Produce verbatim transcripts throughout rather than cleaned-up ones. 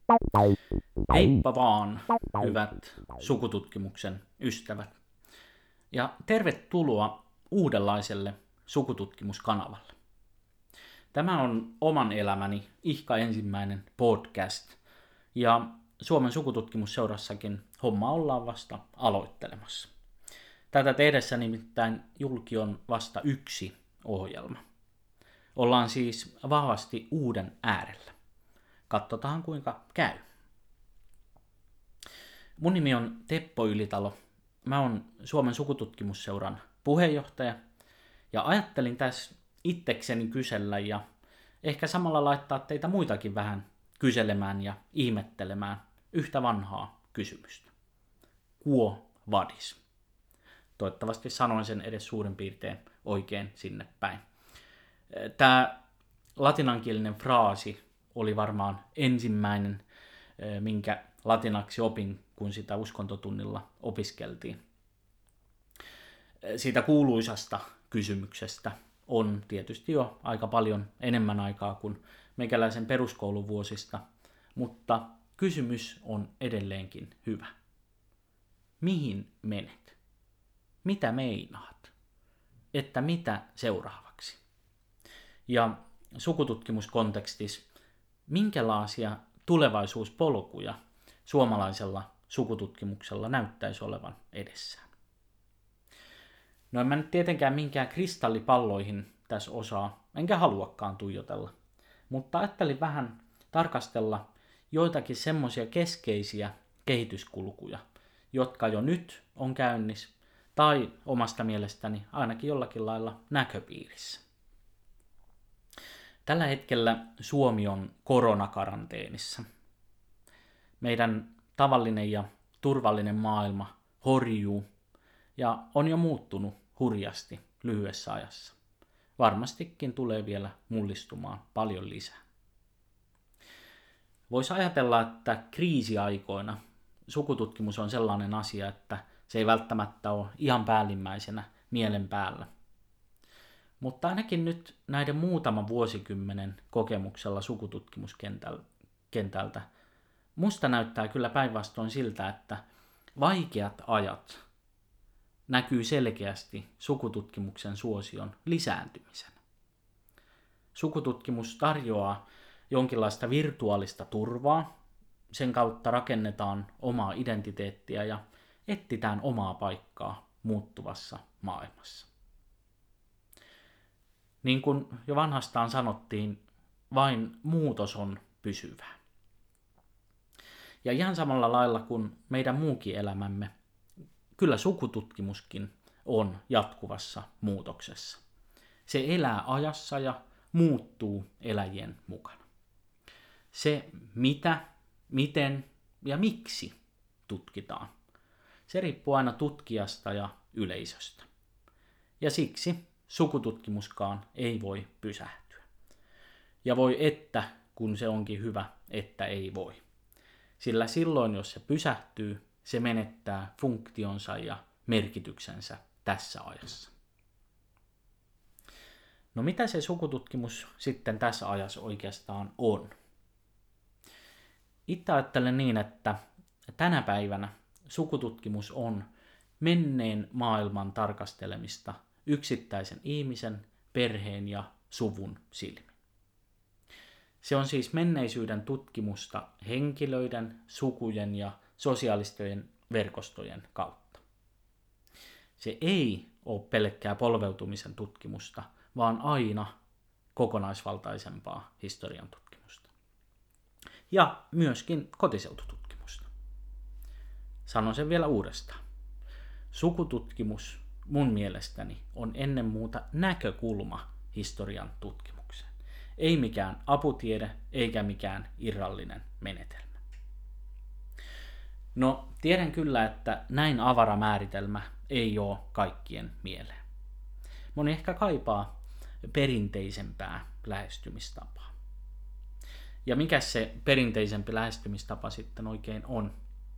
Heippa vaan, hyvät sukututkimuksen ystävät. Ja tervetuloa uudenlaiselle sukututkimuskanavalle. Tämä on oman elämäni ihka ensimmäinen podcast. Ja Suomen sukututkimusseurassakin homma ollaan vasta aloittelemassa. Tätä tehdessä nimittäin julki on vasta yksi ohjelma. Ollaan siis vahvasti uuden äärellä. Katsotaan kuinka käy. Mun nimi on Teppo Ylitalo. Mä oon Suomen sukututkimusseuran puheenjohtaja ja ajattelin tässä itsekseni kysellä ja ehkä samalla laittaa teitä muitakin vähän kyselemään ja ihmettelemään yhtä vanhaa kysymystä. Quo vadis? Toivottavasti sanoin sen edes suurin piirtein oikein sinne päin. Tämä latinankielinen fraasi oli varmaan ensimmäinen, minkä latinaksi opin, kun sitä uskontotunnilla opiskeltiin. Siitä kuuluisasta kysymyksestä on tietysti jo aika paljon enemmän aikaa kuin meikäläisen peruskouluvuosista, mutta kysymys on edelleenkin hyvä. Mihin menet? Mitä meinaat? Että mitä seuraavaksi? Ja sukututkimuskontekstissa, minkälaisia tulevaisuuspolkuja suomalaisella sukututkimuksella näyttäisi olevan edessään? No en mä nyt tietenkään minkään kristallipalloihin tässä osaa, enkä haluakaan tuijotella, mutta ajattelin vähän tarkastella joitakin semmoisia keskeisiä kehityskulkuja, jotka jo nyt on käynnissä tai omasta mielestäni ainakin jollakin lailla näköpiirissä. Tällä hetkellä Suomi on koronakaranteenissa. Meidän tavallinen ja turvallinen maailma horjuu ja on jo muuttunut hurjasti lyhyessä ajassa. Varmastikin tulee vielä mullistumaan paljon lisää. Voisi ajatella, että kriisiaikoina sukututkimus on sellainen asia, että se ei välttämättä ole ihan päällimmäisenä mielen päällä. Mutta ainakin nyt näiden muutaman vuosikymmenen kokemuksella sukututkimuskentältä musta näyttää kyllä päinvastoin siltä, että vaikeat ajat näkyy selkeästi sukututkimuksen suosion lisääntymisen. Sukututkimus tarjoaa jonkinlaista virtuaalista turvaa, sen kautta rakennetaan omaa identiteettiä ja etsitään omaa paikkaa muuttuvassa maailmassa. Niin kuin jo vanhastaan sanottiin, vain muutos on pysyvää. Ja ihan samalla lailla kuin meidän muukin elämämme, kyllä sukututkimuskin on jatkuvassa muutoksessa. Se elää ajassa ja muuttuu eläjien mukana. Se mitä, miten ja miksi tutkitaan, se riippuu aina tutkijasta ja yleisöstä. Ja siksi sukututkimuskaan ei voi pysähtyä. Ja voi että, kun se onkin hyvä, että ei voi. Sillä silloin, jos se pysähtyy, se menettää funktionsa ja merkityksensä tässä ajassa. No mitä se sukututkimus sitten tässä ajassa oikeastaan on? Itse ajattelen niin, että tänä päivänä sukututkimus on menneen maailman tarkastelemista yksittäisen ihmisen, perheen ja suvun silmin. Se on siis menneisyyden tutkimusta henkilöiden, sukujen ja sosiaalisten verkostojen kautta. Se ei ole pelkkää polveutumisen tutkimusta, vaan aina kokonaisvaltaisempaa historian tutkimusta. Ja myöskin kotiseutututkimusta. Sanon sen vielä uudestaan. Sukututkimus mun mielestäni on ennen muuta näkökulma historian tutkimukseen. Ei mikään aputiede eikä mikään irrallinen menetelmä. No, tiedän kyllä, että näin avara määritelmä ei ole kaikkien mieleen. Moni ehkä kaipaa perinteisempää lähestymistapaa. Ja mikä se perinteisempi lähestymistapa sitten oikein on?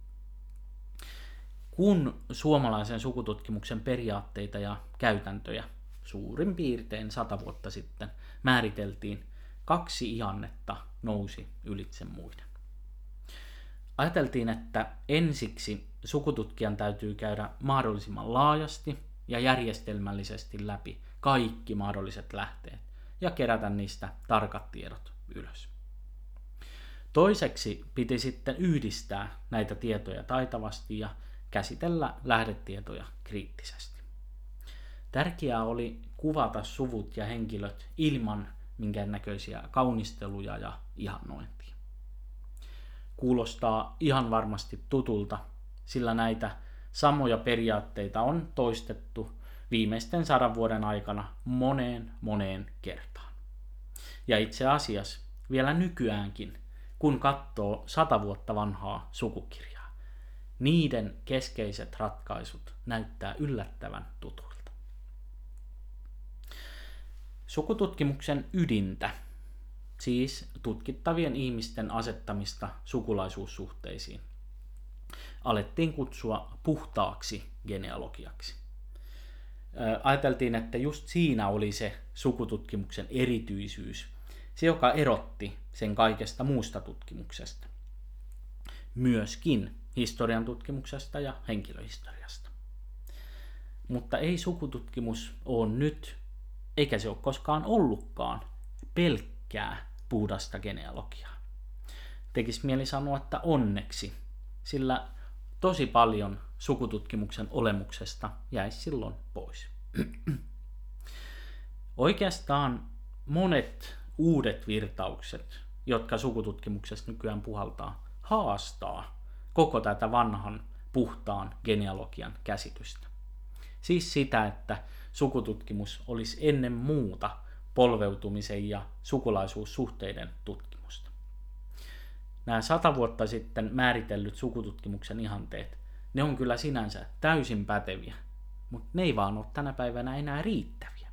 Kun suomalaisen sukututkimuksen periaatteita ja käytäntöjä suurin piirtein sata vuotta sitten määriteltiin, kaksi ihannetta nousi ylitse muiden. Ajateltiin, että ensiksi sukututkijan täytyy käydä mahdollisimman laajasti ja järjestelmällisesti läpi kaikki mahdolliset lähteet ja kerätä niistä tarkat tiedot ylös. Toiseksi piti sitten yhdistää näitä tietoja taitavasti ja käsitellä lähdetietoja kriittisesti. Tärkeää oli kuvata suvut ja henkilöt ilman minkäännäköisiä kaunisteluja ja ihannointia. Kuulostaa ihan varmasti tutulta, sillä näitä samoja periaatteita on toistettu viimeisten sadan vuoden aikana moneen moneen kertaan. Ja itse asiassa vielä nykyäänkin, kun katsoo sata vuotta vanhaa sukukirjaa, niiden keskeiset ratkaisut näyttää yllättävän tutuilta. Sukututkimuksen ydintä, siis tutkittavien ihmisten asettamista sukulaisuussuhteisiin, alettiin kutsua puhtaaksi genealogiaksi. Ajateltiin, että just siinä oli se sukututkimuksen erityisyys, se joka erotti sen kaikesta muusta tutkimuksesta. Myöskin historian tutkimuksesta ja henkilöhistoriasta. Mutta ei sukututkimus ole nyt, eikä se ole koskaan ollutkaan, pelkkää puhdasta genealogiaa. Tekisi mieli sanoa, että onneksi, sillä tosi paljon sukututkimuksen olemuksesta jäisi silloin pois. Oikeastaan monet uudet virtaukset, jotka sukututkimuksessa nykyään puhaltaa, haastaa koko tätä vanhan puhtaan genealogian käsitystä. Siis sitä, että sukututkimus olisi ennen muuta polveutumisen ja sukulaisuussuhteiden tutkimusta. Nämä sata vuotta sitten määritellyt sukututkimuksen ihanteet, ne on kyllä sinänsä täysin päteviä, mutta ne ei vaan ole tänä päivänä enää riittäviä.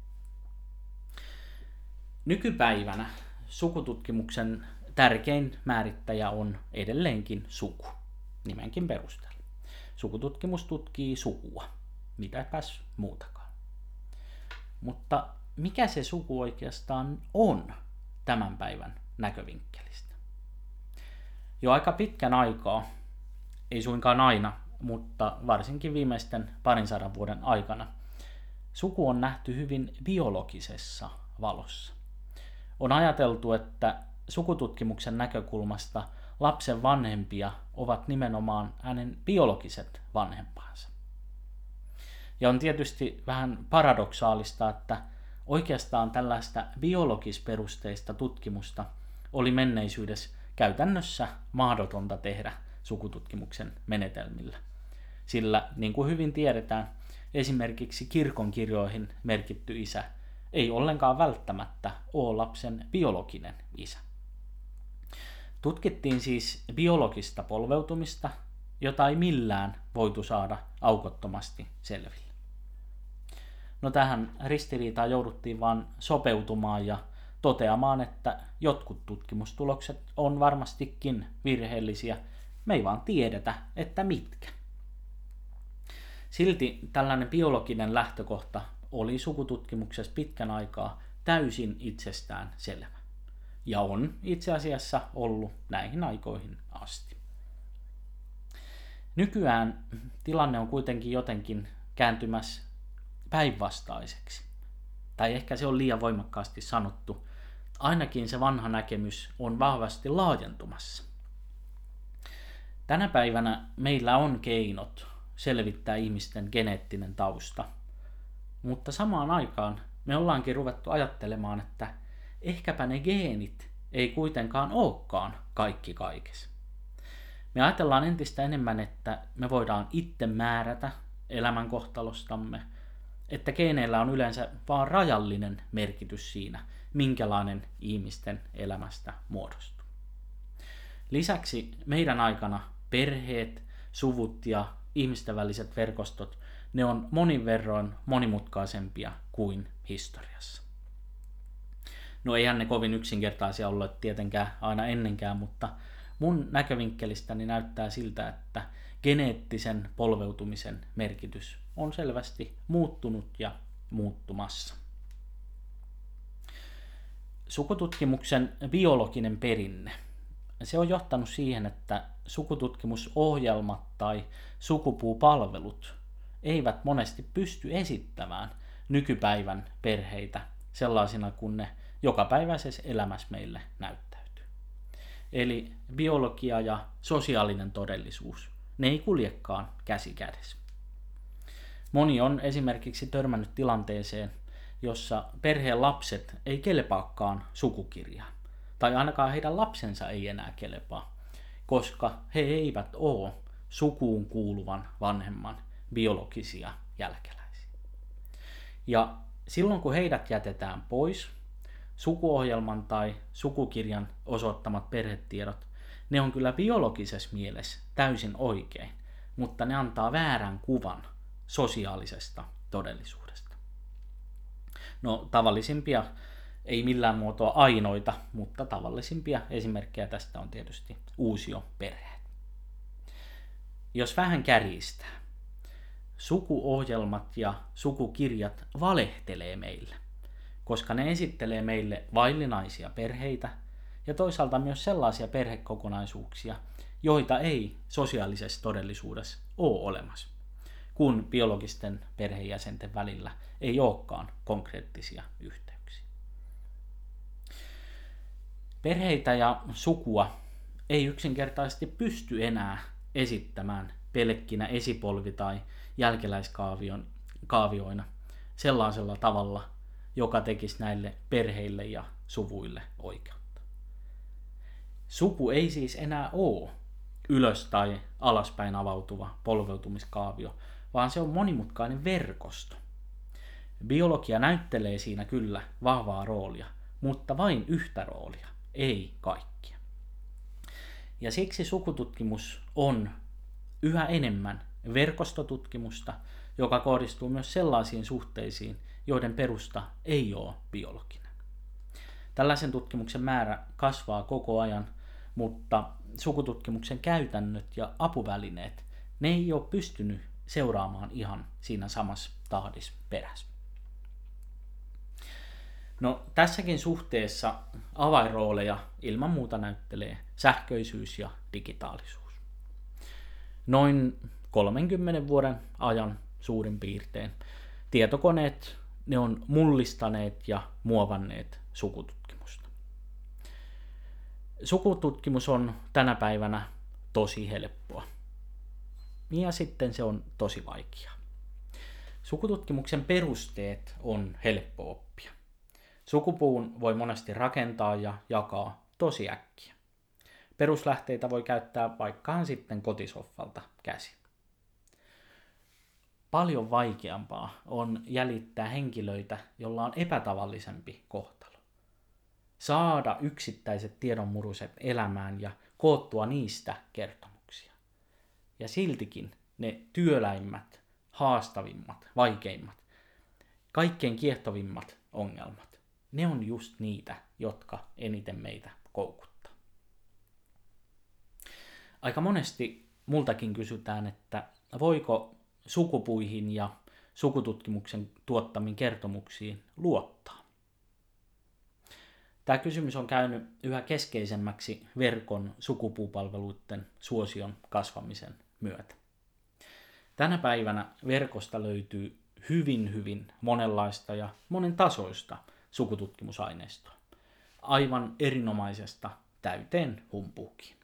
Nykypäivänä sukututkimuksen tärkein määrittäjä on edelleenkin suku, nimenkin perusteella. Sukututkimus tutkii sukua, mitäpäs muutakaan. Mutta mikä se suku oikeastaan on tämän päivän näkövinkkelistä? Jo aika pitkän aikaa, ei suinkaan aina, mutta varsinkin viimeisten parin sadan vuoden aikana, suku on nähty hyvin biologisessa valossa. On ajateltu, että sukututkimuksen näkökulmasta lapsen vanhempia ovat nimenomaan hänen biologiset vanhempansa. Ja on tietysti vähän paradoksaalista, että oikeastaan tällaista biologisperusteista tutkimusta oli menneisyydessä käytännössä mahdotonta tehdä sukututkimuksen menetelmillä. Sillä, niin kuin hyvin tiedetään, esimerkiksi kirkonkirjoihin merkitty isä ei ollenkaan välttämättä ole lapsen biologinen isä. Tutkittiin siis biologista polveutumista, jota ei millään voitu saada aukottomasti selville. No tähän ristiriitaan jouduttiin vaan sopeutumaan ja toteamaan, että jotkut tutkimustulokset on varmastikin virheellisiä, me ei vaan tiedetä, että mitkä. Silti tällainen biologinen lähtökohta oli sukututkimuksessa pitkän aikaa täysin itsestään selvä. Ja on itse asiassa ollut näihin aikoihin asti. Nykyään tilanne on kuitenkin jotenkin kääntymässä päinvastaiseksi. Tai ehkä se on liian voimakkaasti sanottu. Ainakin se vanha näkemys on vahvasti laajentumassa. Tänä päivänä meillä on keinot selvittää ihmisten geneettinen tausta. Mutta samaan aikaan me ollaankin ruvettu ajattelemaan, että ehkäpä ne geenit ei kuitenkaan olekaan kaikki kaikessa. Me ajatellaan entistä enemmän, että me voidaan itse määrätä elämänkohtalostamme, että geeneillä on yleensä vain rajallinen merkitys siinä, minkälainen ihmisten elämästä muodostuu. Lisäksi meidän aikana perheet, suvut ja ihmisten väliset verkostot, ne on monin verroin monimutkaisempia kuin historiassa. No eihän ne kovin yksinkertaisia olleet tietenkään aina ennenkään, mutta mun näkövinkkelistäni näyttää siltä, että geneettisen polveutumisen merkitys on selvästi muuttunut ja muuttumassa. Sukututkimuksen biologinen perinne, se on johtanut siihen, että sukututkimusohjelmat tai sukupuupalvelut eivät monesti pysty esittämään nykypäivän perheitä sellaisina kuin ne jokapäiväisessä elämässä meille näyttäytyy. Eli biologia ja sosiaalinen todellisuus, ne ei kuljekaan käsi kädessä. Moni on esimerkiksi törmännyt tilanteeseen, jossa perheen lapset ei kelpaakaan sukukirjaan, tai ainakaan heidän lapsensa ei enää kelpaa, koska he eivät ole sukuun kuuluvan vanhemman biologisia jälkeläisiä. Ja silloin kun heidät jätetään pois, sukuohjelman tai sukukirjan osoittamat perhetiedot, ne on kyllä biologisessa mielessä täysin oikein, mutta ne antaa väärän kuvan sosiaalisesta todellisuudesta. No tavallisimpia, ei millään muotoa ainoita, mutta tavallisimpia esimerkkejä tästä on tietysti uusioperheet. Jos vähän kärjistää, sukuohjelmat ja sukukirjat valehtelee meille, koska ne esittelee meille vaillinaisia perheitä ja toisaalta myös sellaisia perhekokonaisuuksia, joita ei sosiaalisessa todellisuudessa ole olemassa, kun biologisten perheenjäsenten välillä ei olekaan konkreettisia yhteyksiä. Perheitä ja sukua ei yksinkertaisesti pysty enää esittämään pelkkinä esipolvi- tai jälkeläiskaavioina sellaisella tavalla, joka tekisi näille perheille ja suvuille oikeutta. Suku ei siis enää ole ylös- tai alaspäin avautuva polveutumiskaavio, vaan se on monimutkainen verkosto. Biologia näyttelee siinä kyllä vahvaa roolia, mutta vain yhtä roolia, ei kaikkia. Ja siksi sukututkimus on yhä enemmän verkostotutkimusta, joka kohdistuu myös sellaisiin suhteisiin, joiden perusta ei ole biologinen. Tällaisen tutkimuksen määrä kasvaa koko ajan, mutta sukututkimuksen käytännöt ja apuvälineet, ne ei ole pystynyt seuraamaan ihan siinä samassa tahdissa perässä. No tässäkin suhteessa avainrooleja ilman muuta näyttelee sähköisyys ja digitaalisuus. Noin kolmenkymmenen vuoden ajan suurin piirtein tietokoneet ne on mullistaneet ja muovanneet sukututkimusta. Sukututkimus on tänä päivänä tosi helppoa. Ja sitten se on tosi vaikeaa. Sukututkimuksen perusteet on helppo oppia. Sukupuun voi monesti rakentaa ja jakaa tosi äkkiä. Peruslähteitä voi käyttää vaikkaan sitten kotisoffalta käsin. Paljon vaikeampaa on jäljittää henkilöitä, jolla on epätavallisempi kohtalo. Saada yksittäiset tiedonmuruset elämään ja koottua niistä kertomuksia. Ja siltikin ne työläimmät, haastavimmat, vaikeimmat, kaikkein kiehtovimmat ongelmat, ne on just niitä, jotka eniten meitä koukuttaa. Aika monesti multakin kysytään, että voiko sukupuihin ja sukututkimuksen tuottamiin kertomuksiin luottaa. Tämä kysymys on käynyt yhä keskeisemmäksi verkon sukupuupalveluiden suosion kasvamisen myötä. Tänä päivänä verkosta löytyy hyvin hyvin monenlaista ja monen tasoista sukututkimusaineistoa. Aivan erinomaisesta täyteen humpuukiin.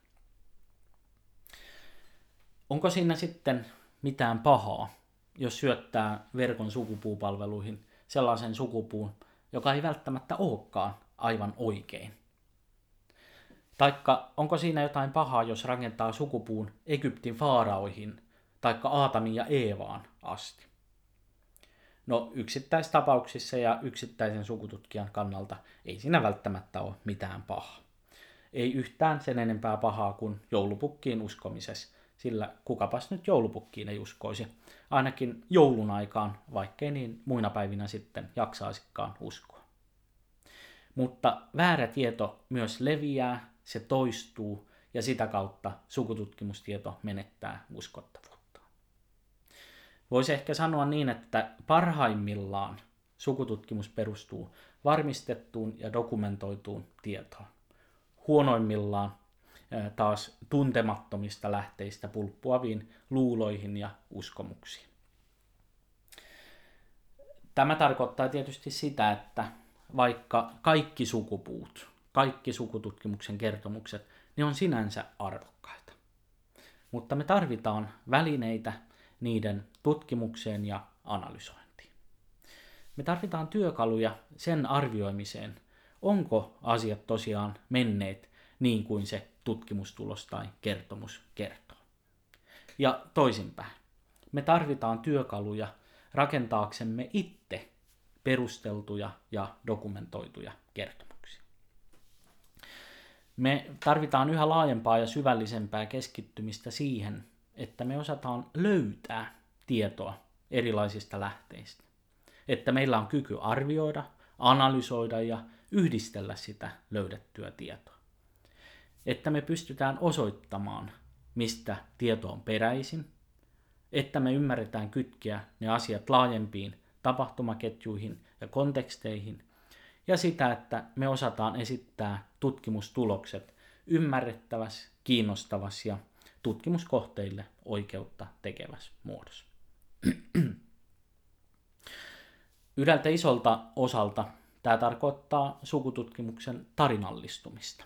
Onko siinä sitten mitään pahaa, jos syöttää verkon sukupuupalveluihin sellaisen sukupuun, joka ei välttämättä olekaan aivan oikein? Taikka onko siinä jotain pahaa, jos rakentaa sukupuun Egyptin faaraoihin, taikka Aatamiin ja Eevaan asti? No yksittäistapauksissa ja yksittäisen sukututkijan kannalta ei siinä välttämättä ole mitään pahaa. Ei yhtään sen enempää pahaa kuin joulupukkiin uskomisessa, sillä kukapas nyt joulupukkiin ei uskoisi, ainakin joulun aikaan, vaikkei niin muina päivinä sitten jaksaisikaan uskoa. Mutta väärä tieto myös leviää, se toistuu ja sitä kautta sukututkimustieto menettää uskottavuutta. Voisi ehkä sanoa niin, että parhaimmillaan sukututkimus perustuu varmistettuun ja dokumentoituun tietoon. Huonoimmillaan taas tuntemattomista lähteistä pulppuaviin luuloihin ja uskomuksiin. Tämä tarkoittaa tietysti sitä, että vaikka kaikki sukupuut, kaikki sukututkimuksen kertomukset, ne on sinänsä arvokkaita. Mutta me tarvitaan välineitä niiden tutkimukseen ja analysointiin. Me tarvitaan työkaluja sen arvioimiseen, onko asiat tosiaan menneet niin kuin se tutkimustulos tai kertomus kertoo. Ja toisinpäin. Me tarvitaan työkaluja rakentaaksemme itse perusteltuja ja dokumentoituja kertomuksia. Me tarvitaan yhä laajempaa ja syvällisempää keskittymistä siihen, että me osataan löytää tietoa erilaisista lähteistä. Että meillä on kyky arvioida, analysoida ja yhdistellä sitä löydettyä tietoa. Että me pystytään osoittamaan, mistä tieto on peräisin, että me ymmärretään kytkeä ne asiat laajempiin tapahtumaketjuihin ja konteksteihin, ja sitä, että me osataan esittää tutkimustulokset ymmärrettävässä, kiinnostavassa ja tutkimuskohteille oikeutta tekevässä muodossa. Yhdeltä isolta osalta tämä tarkoittaa sukututkimuksen tarinallistumista.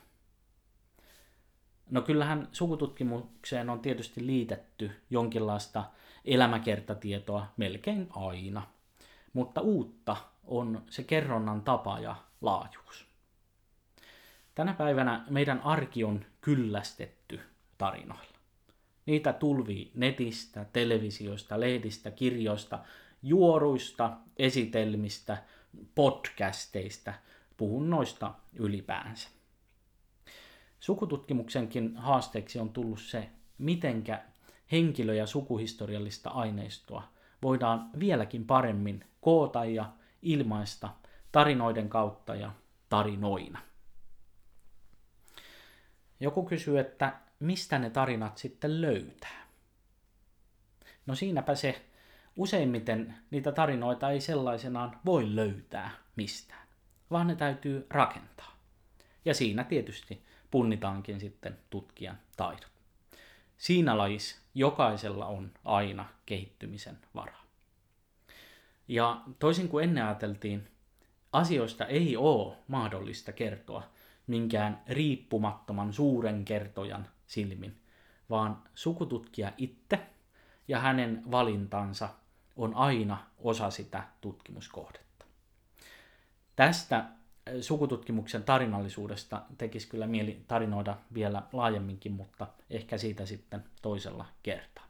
No kyllähän sukututkimukseen on tietysti liitetty jonkinlaista elämäkertatietoa melkein aina, mutta uutta on se kerronnan tapa ja laajuus. Tänä päivänä meidän arki on kyllästetty tarinoilla. Niitä tulvii netistä, televisioista, lehdistä, kirjoista, juoruista, esitelmistä, podcasteista, puhun noista ylipäänsä. Sukututkimuksenkin haasteeksi on tullut se, mitenkä henkilö- ja sukuhistoriallista aineistoa voidaan vieläkin paremmin koota ja ilmaista tarinoiden kautta ja tarinoina. Joku kysyy, että mistä ne tarinat sitten löytää? No siinäpä se, useimmiten niitä tarinoita ei sellaisenaan voi löytää mistään, vaan ne täytyy rakentaa. Ja siinä tietysti punnitaankin sitten tutkijan taidot. Siinä lajissa jokaisella on aina kehittymisen varaa. Ja toisin kuin ennen ajateltiin, asioista ei ole mahdollista kertoa minkään riippumattoman suuren kertojan silmin, vaan sukututkija itse ja hänen valintansa on aina osa sitä tutkimuskohdetta. Tästä sukututkimuksen tarinallisuudesta tekisi kyllä mieli tarinoida vielä laajemminkin, mutta ehkä siitä sitten toisella kertaa.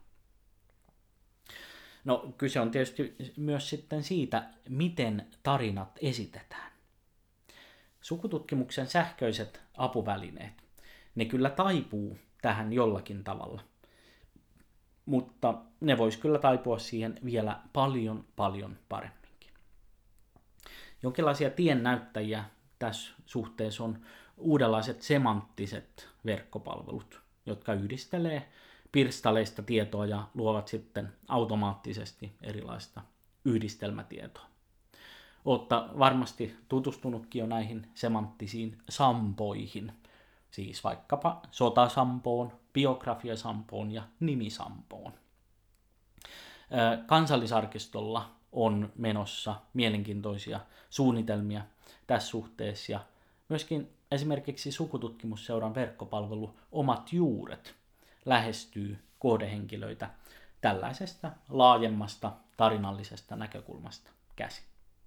No kyse on tietysti myös sitten siitä, miten tarinat esitetään. Sukututkimuksen sähköiset apuvälineet, ne kyllä taipuu tähän jollakin tavalla, mutta ne vois kyllä taipua siihen vielä paljon paljon paremminkin. Jonkinlaisia tiennäyttäjiä tässä suhteessa on uudenlaiset semanttiset verkkopalvelut, jotka yhdistelee pirstaleista tietoa ja luovat sitten automaattisesti erilaista yhdistelmätietoa. Olette varmasti tutustunutkin jo näihin semanttisiin sampoihin, siis vaikkapa sotasampoon, biografiasampoon ja nimisampoon. Kansallisarkistolla on menossa mielenkiintoisia suunnitelmia tässä suhteessa ja myöskin esimerkiksi Sukututkimusseuran verkkopalvelu Omat juuret lähestyy kohdehenkilöitä tällaisesta laajemmasta tarinallisesta näkökulmasta käsin.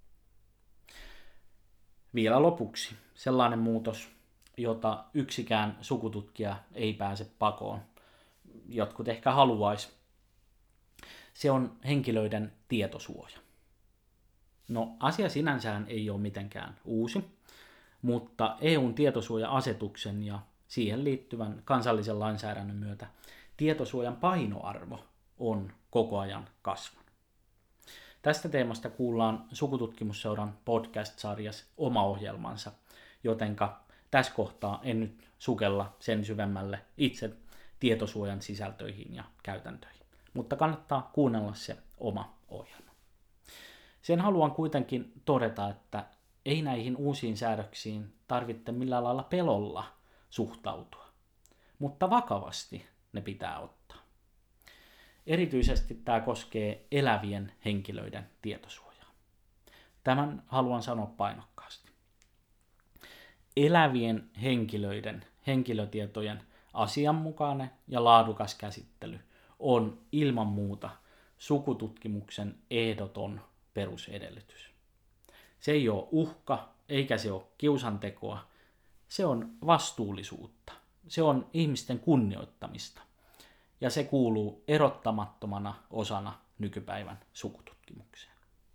Vielä lopuksi sellainen muutos, jota yksikään sukututkija ei pääse pakoon. Jotkut ehkä haluaisi. Se on henkilöiden tietosuoja. No asia sinänsään ei ole mitenkään uusi, mutta E U:n tietosuoja-asetuksen ja siihen liittyvän kansallisen lainsäädännön myötä tietosuojan painoarvo on koko ajan kasvanut. Tästä teemasta kuullaan Sukututkimusseuran podcast-sarjassa oma ohjelmansa, jotenka tässä kohtaa en nyt sukella sen syvemmälle itse tietosuojan sisältöihin ja käytäntöihin, mutta kannattaa kuunnella se oma ohjelma. Sen haluan kuitenkin todeta, että ei näihin uusiin säädöksiin tarvitse millään lailla pelolla suhtautua, mutta vakavasti ne pitää ottaa. Erityisesti tämä koskee elävien henkilöiden tietosuojaa. Tämän haluan sanoa painokkaasti. Elävien henkilöiden henkilötietojen asianmukainen ja laadukas käsittely on ilman muuta sukututkimuksen ehdoton perusedellytys. Se ei ole uhka, eikä se ole kiusantekoa. Se on vastuullisuutta. Se on ihmisten kunnioittamista. Ja se kuuluu erottamattomana osana nykypäivän sukututkimukseen.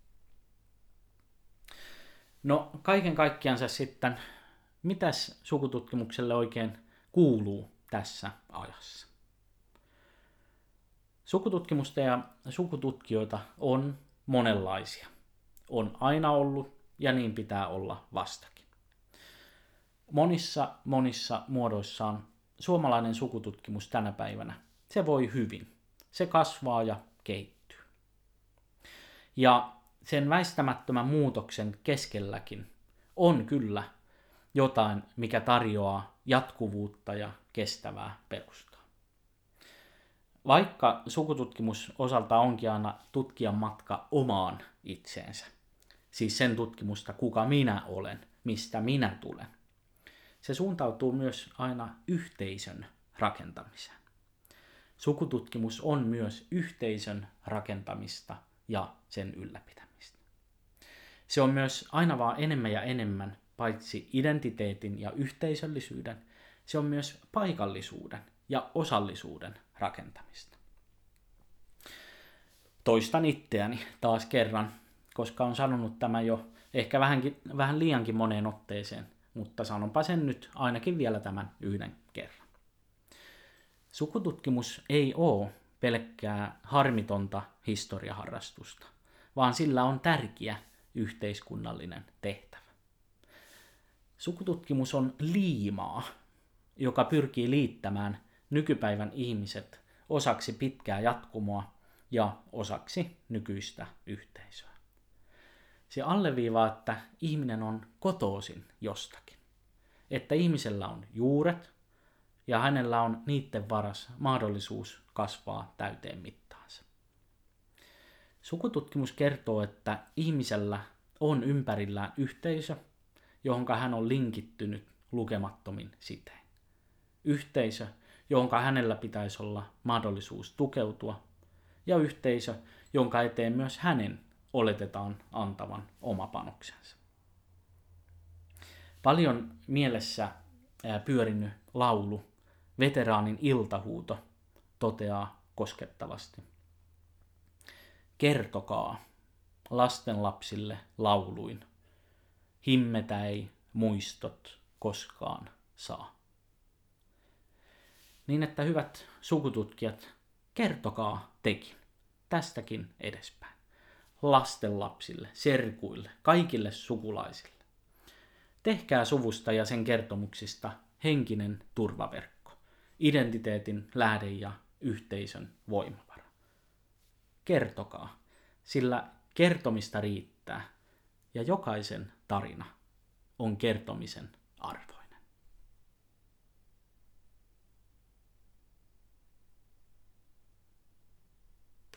No kaiken kaikkiansa sitten, mitäs sukututkimukselle oikein kuuluu tässä ajassa? Sukututkimusta ja sukututkijoita on monenlaisia. On aina ollut ja niin pitää olla vastakin. Monissa monissa muodoissaan suomalainen sukututkimus tänä päivänä, se voi hyvin. Se kasvaa ja kehittyy. Ja sen väistämättömän muutoksen keskelläkin on kyllä jotain, mikä tarjoaa jatkuvuutta ja kestävää perustaa. Vaikka sukututkimus osalta onkin aina tutkijan matka omaan itseensä, siis sen tutkimusta, kuka minä olen, mistä minä tulen, se suuntautuu myös aina yhteisön rakentamiseen. Sukututkimus on myös yhteisön rakentamista ja sen ylläpitämistä. Se on myös aina vaan enemmän ja enemmän paitsi identiteetin ja yhteisöllisyyden, se on myös paikallisuuden ja osallisuuden rakentamista. Toistan itseäni taas kerran, koska olen sanonut tämän jo ehkä vähänkin, vähän liiankin moneen otteeseen, mutta sanonpa sen nyt ainakin vielä tämän yhden kerran. Sukututkimus ei ole pelkkää harmitonta historiaharrastusta, vaan sillä on tärkeä yhteiskunnallinen tehtävä. Sukututkimus on liimaa, joka pyrkii liittämään nykypäivän ihmiset osaksi pitkää jatkumoa ja osaksi nykyistä yhteisöä. Se alleviivaa, että ihminen on kotoisin jostakin, että ihmisellä on juuret ja hänellä on niiden varas mahdollisuus kasvaa täyteen mittaansa. Sukututkimus kertoo, että ihmisellä on ympärillään yhteisö, johon hän on linkittynyt lukemattomin sitein. Yhteisö, jonka hänellä pitäisi olla mahdollisuus tukeutua, ja yhteisö, jonka eteen myös hänen oletetaan antavan oma panoksensa. Paljon mielessä pyörinyt laulu, Veteraanin iltahuuto, toteaa koskettavasti. Kertokaa lastenlapsille lauluin, himmetä ei muistot koskaan saa. Niin että hyvät sukututkijat, kertokaa tekin tästäkin edespäin. Lastenlapsille, serkuille, kaikille sukulaisille. Tehkää suvusta ja sen kertomuksista henkinen turvaverkko, identiteetin lähde ja yhteisön voimavara. Kertokaa, sillä kertomista riittää ja jokaisen tarina on kertomisen arvoinen.